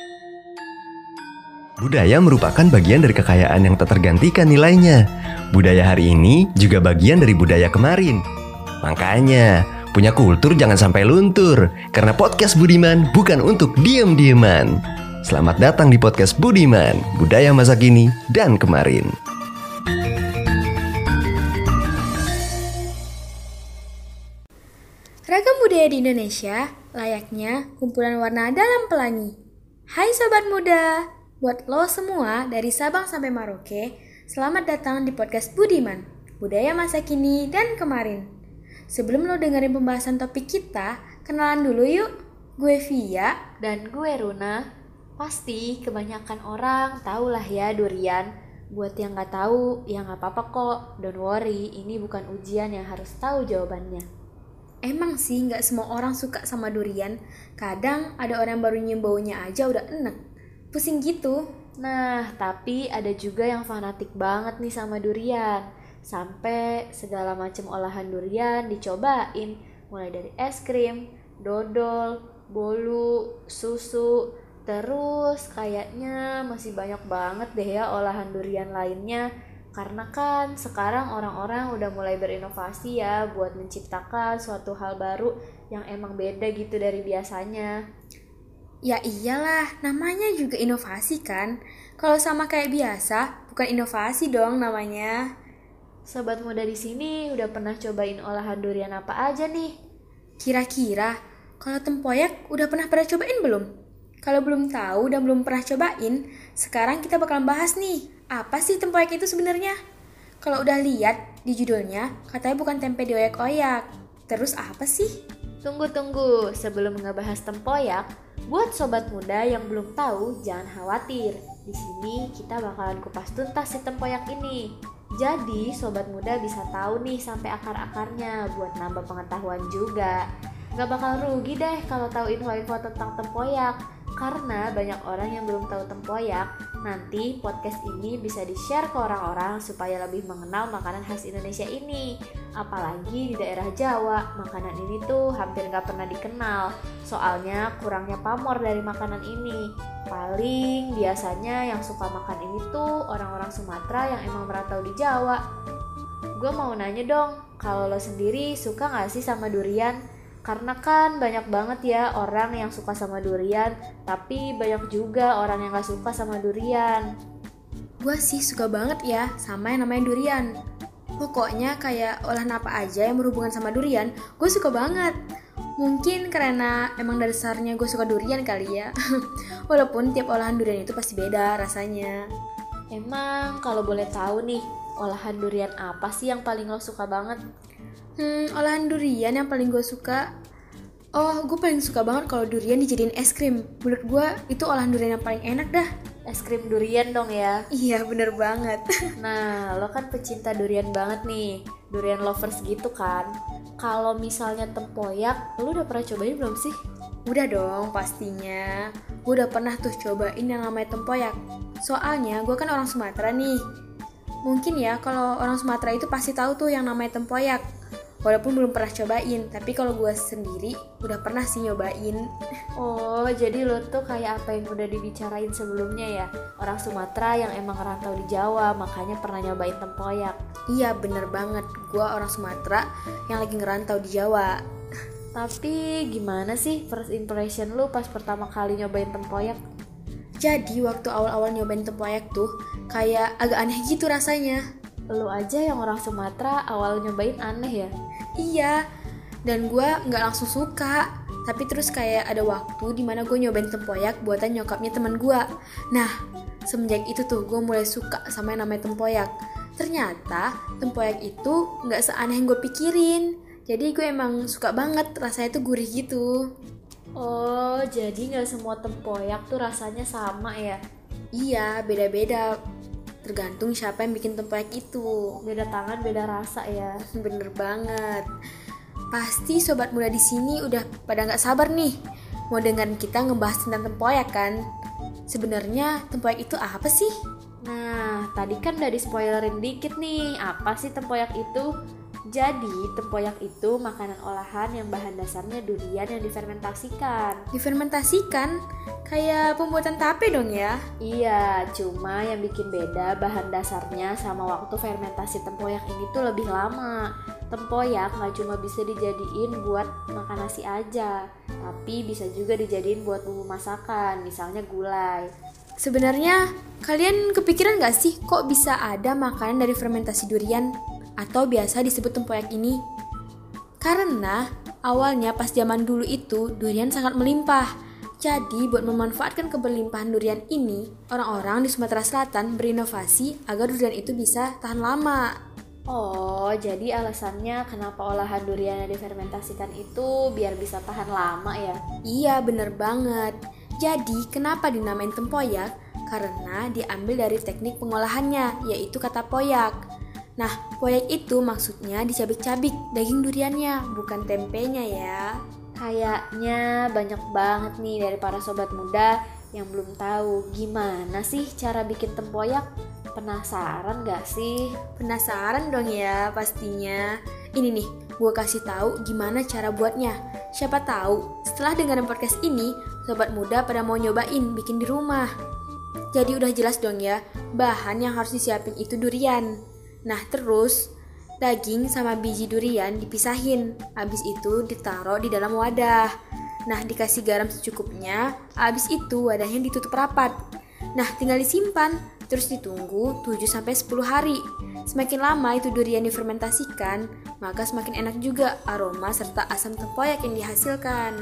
Budaya merupakan bagian dari kekayaan yang tak tergantikan nilainya. Budaya hari ini juga bagian dari budaya kemarin. Makanya, punya kultur jangan sampai luntur. Karena podcast Budiman bukan untuk diem-dieman. Selamat datang di podcast Budiman, budaya masa kini dan kemarin. Ragam budaya di Indonesia layaknya kumpulan warna dalam pelangi. Hai Sobat Muda! Buat lo semua dari Sabang sampai Merauke, selamat datang di podcast Budiman, budaya masa kini dan kemarin. Sebelum lo dengerin pembahasan topik kita, kenalan dulu yuk. Gue Via dan gue Runa. Pasti kebanyakan orang tahu lah ya durian. Buat yang gak tahu, ya gak apa-apa kok. Don't worry, ini bukan ujian yang harus tahu jawabannya. Emang sih gak semua orang suka sama durian. Kadang ada orang yang baru nyium baunya aja udah enek. Pusing gitu. Nah, tapi ada juga yang fanatik banget nih sama durian. Sampai segala macam olahan durian dicobain. Mulai dari es krim, dodol, bolu, susu. Terus kayaknya masih banyak banget deh ya olahan durian lainnya. Karena kan sekarang orang-orang udah mulai berinovasi ya buat menciptakan suatu hal baru yang emang beda gitu dari biasanya. Ya iyalah, namanya juga inovasi kan. Kalau sama kayak biasa, bukan inovasi dong namanya. Sobat muda di sini udah pernah cobain olahan durian apa aja nih? Kira-kira, kalau tempoyak udah pernah cobain belum? Kalau belum tahu dan belum pernah cobain, sekarang kita bakalan bahas nih, apa sih tempoyak itu sebenarnya? Kalau udah lihat di judulnya, katanya bukan tempe dioyak-oyak. Terus apa sih? Tunggu, sebelum ngebahas tempoyak, buat sobat muda yang belum tahu, jangan khawatir. Di sini kita bakalan kupas tuntas si tempoyak ini. Jadi sobat muda bisa tahu nih sampai akar-akarnya buat nambah pengetahuan juga. Gak bakal rugi deh kalau tahu info-info tentang tempoyak. Karena banyak orang yang belum tahu tempoyak. Nanti podcast ini bisa di-share ke orang-orang supaya lebih mengenal makanan khas Indonesia ini. Apalagi di daerah Jawa, makanan ini tuh hampir gak pernah dikenal. Soalnya kurangnya pamor dari makanan ini. Paling biasanya yang suka makan ini tuh orang-orang Sumatera yang emang merantau di Jawa. Gue mau nanya dong, kalau lo sendiri suka gak sih sama durian? Karena kan banyak banget ya orang yang suka sama durian, tapi banyak juga orang yang gak suka sama durian. Gue sih suka banget ya sama yang namanya durian. Pokoknya kayak olahan apa aja yang berhubungan sama durian, gue suka banget. Mungkin karena emang dasarnya gue suka durian kali ya. Walaupun tiap olahan durian itu pasti beda rasanya. Emang kalau boleh tahu nih, olahan durian apa sih yang paling lo suka banget? Olahan durian yang paling gue suka, gue paling suka banget kalau durian dijadiin es krim. Menurut gue itu olahan durian yang paling enak dah. Es krim durian dong ya? Iya bener banget. Nah, lo kan pecinta durian banget nih, durian lovers gitu kan. Kalau misalnya tempoyak, lo udah pernah cobain belum sih? Udah dong pastinya. Gue udah pernah tuh cobain yang namanya tempoyak. Soalnya gue kan orang Sumatera nih. Mungkin ya kalau orang Sumatera itu pasti tahu tuh yang namanya tempoyak. Walaupun belum pernah cobain, tapi kalau gue sendiri udah pernah sih nyobain. Oh, jadi lo tuh kayak apa yang udah dibicarain sebelumnya ya? Orang Sumatera yang emang ngerantau di Jawa, makanya pernah nyobain tempoyak. Iya bener banget, gue orang Sumatera yang lagi ngerantau di Jawa. Tapi gimana sih first impression lo pas pertama kali nyobain tempoyak? Jadi waktu awal-awal nyobain tempoyak tuh kayak agak aneh gitu rasanya. Lo aja yang orang Sumatera awal nyobain aneh ya? Iya, dan gue gak langsung suka. Tapi terus kayak ada waktu dimana gue nyobain tempoyak buatan nyokapnya teman gue. Nah, semenjak itu tuh gue mulai suka sama yang namanya tempoyak. Ternyata tempoyak itu gak seaneh yang gue pikirin. Jadi gue emang suka banget, rasanya tuh gurih gitu. Oh, jadi gak semua tempoyak tuh rasanya sama ya? Iya, beda-beda. Tergantung siapa yang bikin tempoyak itu. Beda tangan, beda rasa ya. Bener banget. Pasti sobat muda di sini udah pada nggak sabar nih mau dengerin kita ngebahas tentang tempoyak kan? Sebenarnya tempoyak itu apa sih? Nah, tadi kan udah di-spoilerin dikit nih, apa sih tempoyak itu? Jadi, tempoyak itu makanan olahan yang bahan dasarnya durian yang difermentasikan. Difermentasikan? Kayak pembuatan tape dong ya. Iya, cuma yang bikin beda bahan dasarnya sama waktu fermentasi tempoyak ini tuh lebih lama. Tempoyak nggak cuma bisa dijadiin buat makan nasi aja, tapi bisa juga dijadiin buat bumbu masakan, misalnya gulai. Sebenarnya kalian kepikiran gak sih kok bisa ada makanan dari fermentasi durian atau biasa disebut tempoyak ini? Karena awalnya pas zaman dulu itu durian sangat melimpah. Jadi buat memanfaatkan keberlimpahan durian ini, orang-orang di Sumatera Selatan berinovasi agar durian itu bisa tahan lama. Oh, jadi alasannya kenapa olahan durian yang difermentasikan itu biar bisa tahan lama ya? Iya, bener banget. Jadi, kenapa dinamain tempoyak? Karena diambil dari teknik pengolahannya, yaitu kata poyak. Nah, poyak itu maksudnya dicabik-cabik daging duriannya, bukan tempenya ya. Kayaknya banyak banget nih dari para sobat muda yang belum tahu gimana sih cara bikin tempoyak. Penasaran gak sih? Penasaran dong ya pastinya. Ini nih, gue kasih tahu gimana cara buatnya. Siapa tahu setelah dengerin podcast ini, sobat muda pada mau nyobain bikin di rumah. Jadi udah jelas dong ya, bahan yang harus disiapin itu durian. Nah terus, daging sama biji durian dipisahin. Habis itu ditaruh di dalam wadah. Nah dikasih garam secukupnya. Habis itu wadahnya ditutup rapat. Nah tinggal disimpan. Terus ditunggu 7-10 hari. Semakin lama itu durian difermentasikan, maka semakin enak juga aroma serta asam tempoyak yang dihasilkan.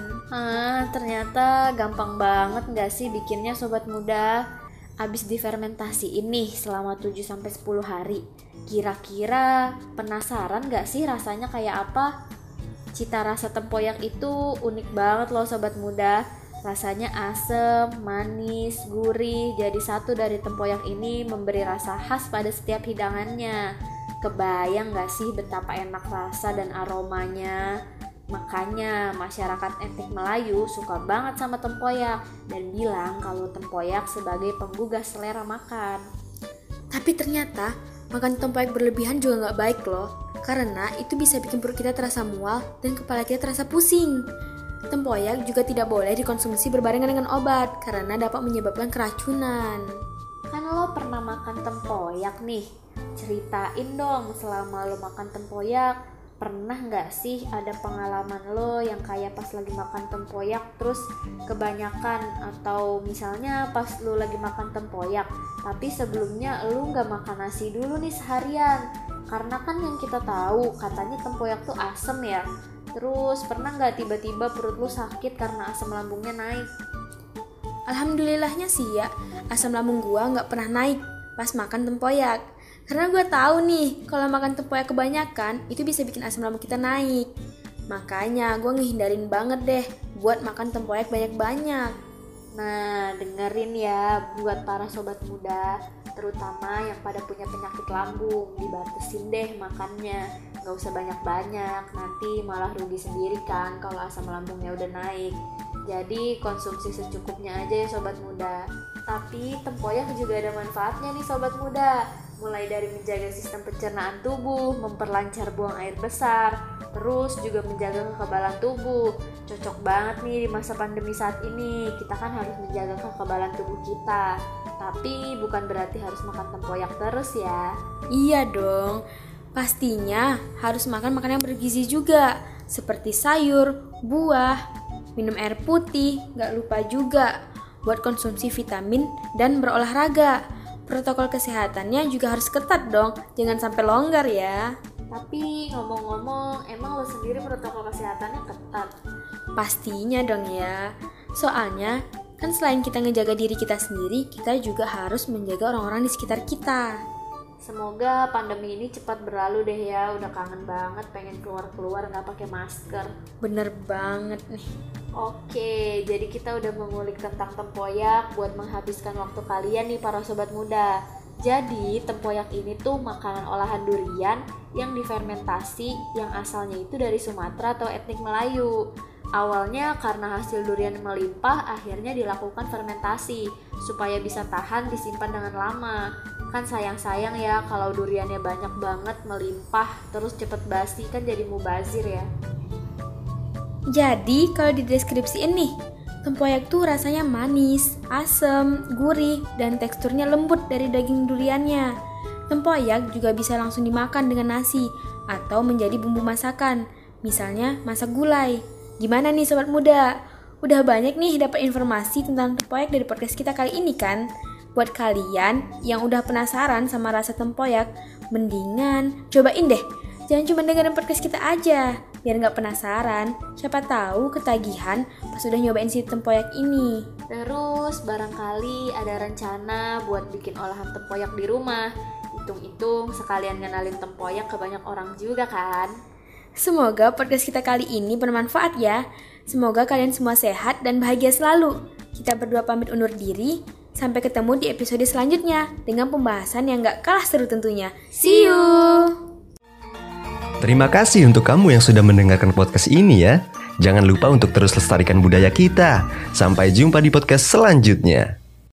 Ternyata gampang banget gak sih bikinnya sobat muda? Abis difermentasi ini selama 7-10 hari, kira-kira penasaran gak sih rasanya kayak apa? Cita rasa tempoyak itu unik banget loh sobat muda. Rasanya asem, manis, gurih, jadi satu dari tempoyak ini memberi rasa khas pada setiap hidangannya. Kebayang gak sih betapa enak rasa dan aromanya? Makanya masyarakat etnik Melayu suka banget sama tempoyak dan bilang kalau tempoyak sebagai penggugah selera makan. Tapi ternyata makan tempoyak berlebihan juga gak baik loh, karena itu bisa bikin perut kita terasa mual dan kepala kita terasa pusing. Tempoyak juga tidak boleh dikonsumsi berbarengan dengan obat karena dapat menyebabkan keracunan. Kan lo pernah makan tempoyak nih, ceritain dong selama lo makan tempoyak, pernah gak sih ada pengalaman lo yang kayak pas lagi makan tempoyak terus kebanyakan, atau misalnya pas lo lagi makan tempoyak tapi sebelumnya lo gak makan nasi dulu nih seharian, karena kan yang kita tahu katanya tempoyak tuh asem ya. Terus pernah gak tiba-tiba perut lu sakit karena asam lambungnya naik? Alhamdulillahnya sih ya, asam lambung gua gak pernah naik pas makan tempoyak. Karena gua tahu nih, kalau makan tempoyak kebanyakan, itu bisa bikin asam lambung kita naik. Makanya gua ngehindarin banget deh buat makan tempoyak banyak-banyak. Nah, dengerin ya buat para sobat muda, terutama yang pada punya penyakit lambung, dibatasin deh makannya. Gak usah banyak-banyak, nanti malah rugi sendiri kan kalau asam lambungnya udah naik. Jadi konsumsi secukupnya aja ya sobat muda. Tapi tempoyak juga ada manfaatnya nih sobat muda. Mulai dari menjaga sistem pencernaan tubuh, memperlancar buang air besar, terus juga menjaga kekebalan tubuh. Cocok banget nih di masa pandemi saat ini. Kita kan harus menjaga kekebalan tubuh kita. Tapi bukan berarti harus makan tempoyak terus ya. Iya dong. Pastinya harus makan makanan yang bergizi juga, seperti sayur, buah, minum air putih, gak lupa juga buat konsumsi vitamin dan berolahraga. Protokol kesehatannya juga harus ketat dong, jangan sampai longgar ya. Tapi ngomong-ngomong, emang lo sendiri protokol kesehatannya ketat? Pastinya dong ya. Soalnya kan selain kita ngejaga diri kita sendiri, kita juga harus menjaga orang-orang di sekitar kita. Semoga pandemi ini cepat berlalu deh ya. Udah kangen banget pengen keluar-keluar gak pakai masker. Bener banget nih. Oke, jadi kita udah mengulik tentang tempoyak buat menghabiskan waktu kalian nih para sobat muda. Jadi tempoyak ini tuh makanan olahan durian yang difermentasi, yang asalnya itu dari Sumatera atau etnik Melayu. Awalnya karena hasil durian melimpah, akhirnya dilakukan fermentasi supaya bisa tahan disimpan dengan lama. Kan sayang-sayang ya kalau duriannya banyak banget melimpah terus cepet basi, kan jadi mubazir ya. Jadi kalau di deskripsi ini, Tempoyak tuh rasanya manis, asam, gurih, dan teksturnya lembut dari daging duriannya. Tempoyak juga bisa langsung dimakan dengan nasi atau menjadi bumbu masakan, misalnya masak gulai. Gimana nih sobat muda? Udah banyak nih dapat informasi tentang tempoyak dari podcast kita kali ini kan? Buat kalian yang udah penasaran sama rasa tempoyak, mendingan cobain deh. Jangan cuma dengerin podcast kita aja, biar nggak penasaran. Siapa tahu ketagihan pas udah nyobain si tempoyak ini. Terus barangkali ada rencana buat bikin olahan tempoyak di rumah. Hitung-hitung sekalian ngenalin tempoyak ke banyak orang juga kan? Semoga podcast kita kali ini bermanfaat ya. Semoga kalian semua sehat dan bahagia selalu. Kita berdua pamit undur diri. Sampai ketemu di episode selanjutnya dengan pembahasan yang gak kalah seru tentunya. See you! Terima kasih untuk kamu yang sudah mendengarkan podcast ini ya. Jangan lupa untuk terus lestarikan budaya kita. Sampai jumpa di podcast selanjutnya.